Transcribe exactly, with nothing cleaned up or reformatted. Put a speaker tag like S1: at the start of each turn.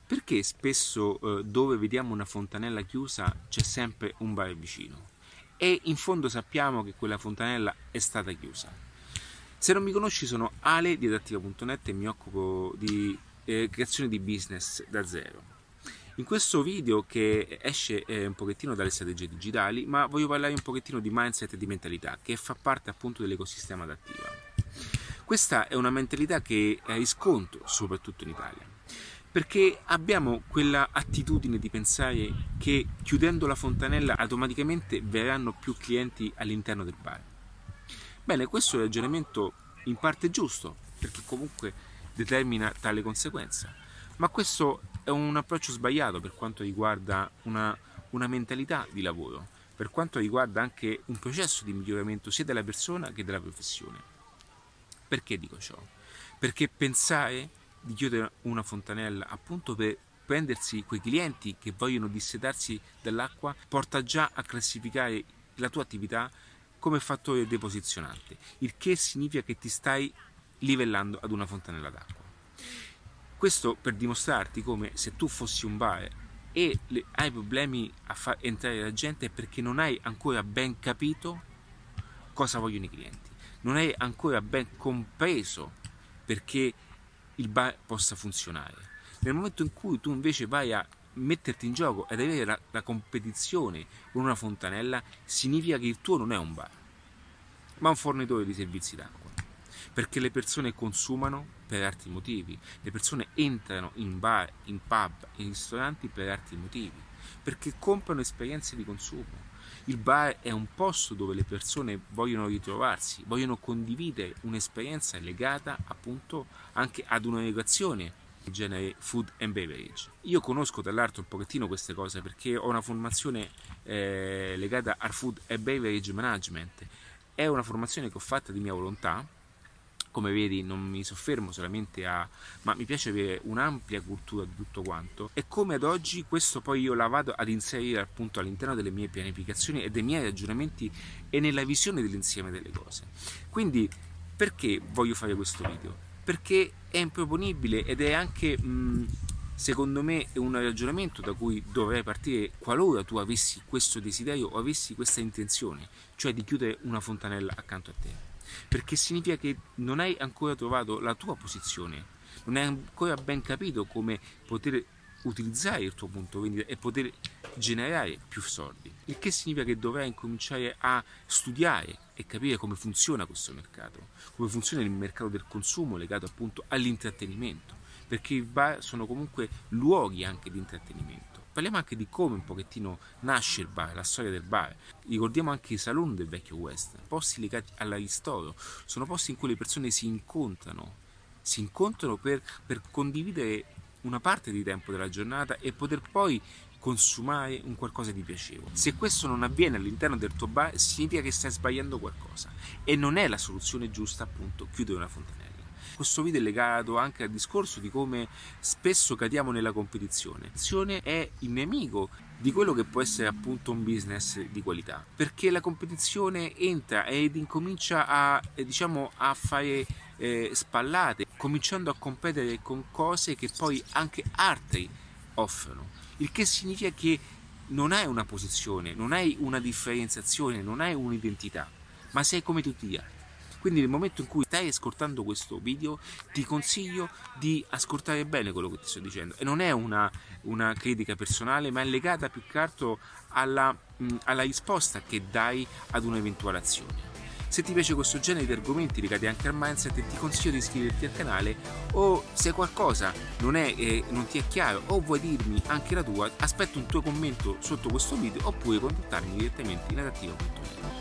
S1: Perché spesso eh, dove vediamo una fontanella chiusa c'è sempre un bar vicino e in fondo sappiamo che quella fontanella è stata chiusa? Se non mi conosci, sono Ale di adattiva punto net e mi occupo di eh, creazione di business da zero. In questo video, che esce eh, un pochettino dalle strategie digitali, ma voglio parlare un pochettino di mindset e di mentalità, che fa parte appunto dell'ecosistema adattiva. Questa è una mentalità che riscontro soprattutto in Italia, perché abbiamo quella attitudine di pensare che chiudendo la fontanella automaticamente verranno più clienti all'interno del bar. Bene, questo è un ragionamento in parte giusto, perché comunque determina tale conseguenza, ma questo è un approccio sbagliato per quanto riguarda una, una mentalità di lavoro, per quanto riguarda anche un processo di miglioramento sia della persona che della professione. Perché dico ciò? Perché pensare di chiudere una fontanella appunto per prendersi quei clienti che vogliono dissetarsi dall'acqua porta già a classificare la tua attività come fattore deposizionante, il che significa che ti stai livellando ad una fontanella d'acqua. Questo per dimostrarti come se tu fossi un bar e le, hai problemi a far entrare la gente è perché non hai ancora ben capito cosa vogliono i clienti, non hai ancora ben compreso perché il bar possa funzionare. Nel momento in cui tu invece vai a metterti in gioco ed avere la, la competizione con una fontanella, significa che il tuo non è un bar, ma un fornitore di servizi d'acqua, perché le persone consumano per altri motivi, le persone entrano in bar, in pub, in ristoranti per altri motivi, perché comprano esperienze di consumo. Il bar è un posto dove le persone vogliono ritrovarsi, vogliono condividere un'esperienza legata appunto anche ad una relazione in genere food and beverage. Io conosco dall'altro un pochettino queste cose perché ho una formazione eh, legata al food and beverage management. È una formazione che ho fatta di mia volontà. Come vedi, non mi soffermo solamente a, ma mi piace avere un'ampia cultura di tutto quanto, e come ad oggi questo poi io la vado ad inserire appunto all'interno delle mie pianificazioni e dei miei ragionamenti e nella visione dell'insieme delle cose. Quindi perché voglio fare questo video? Perché è improponibile ed è anche mh, secondo me un ragionamento da cui dovrei partire qualora tu avessi questo desiderio o avessi questa intenzione, cioè di chiudere una fontanella accanto a te. Perché significa che non hai ancora trovato la tua posizione, non hai ancora ben capito come poter utilizzare il tuo punto vendita e poter generare più soldi, il che significa che dovrai incominciare a studiare e capire come funziona questo mercato, come funziona il mercato del consumo legato appunto all'intrattenimento, perché i bar sono comunque luoghi anche di intrattenimento. Parliamo anche di come un pochettino nasce il bar, la storia del bar. Ricordiamo anche i saloon del vecchio West, posti legati alla ristoro, sono posti in cui le persone si incontrano, si incontrano per, per condividere una parte di tempo della giornata e poter poi consumare un qualcosa di piacevole. Se questo non avviene all'interno del tuo bar, significa che stai sbagliando qualcosa e non è la soluzione giusta appunto chiudere una fontanella. Questo video è legato anche al discorso di come spesso cadiamo nella competizione. La competizione è il nemico di quello che può essere appunto un business di qualità, perché la competizione entra ed incomincia a eh, diciamo a fare eh, spallate, cominciando a competere con cose che poi anche altri offrono, il che significa che non hai una posizione, non hai una differenziazione, non hai un'identità, ma sei come tutti gli altri. Quindi nel momento in cui stai ascoltando questo video ti consiglio di ascoltare bene quello che ti sto dicendo, e non è una, una critica personale, ma è legata più che altro alla, mh, alla risposta che dai ad un'eventuale azione. Se ti piace questo genere di argomenti legati anche al mindset, ti consiglio di iscriverti al canale, o se qualcosa non, è, eh, non ti è chiaro o vuoi dirmi anche la tua, aspetto un tuo commento sotto questo video oppure contattarmi direttamente in adattiva punto net.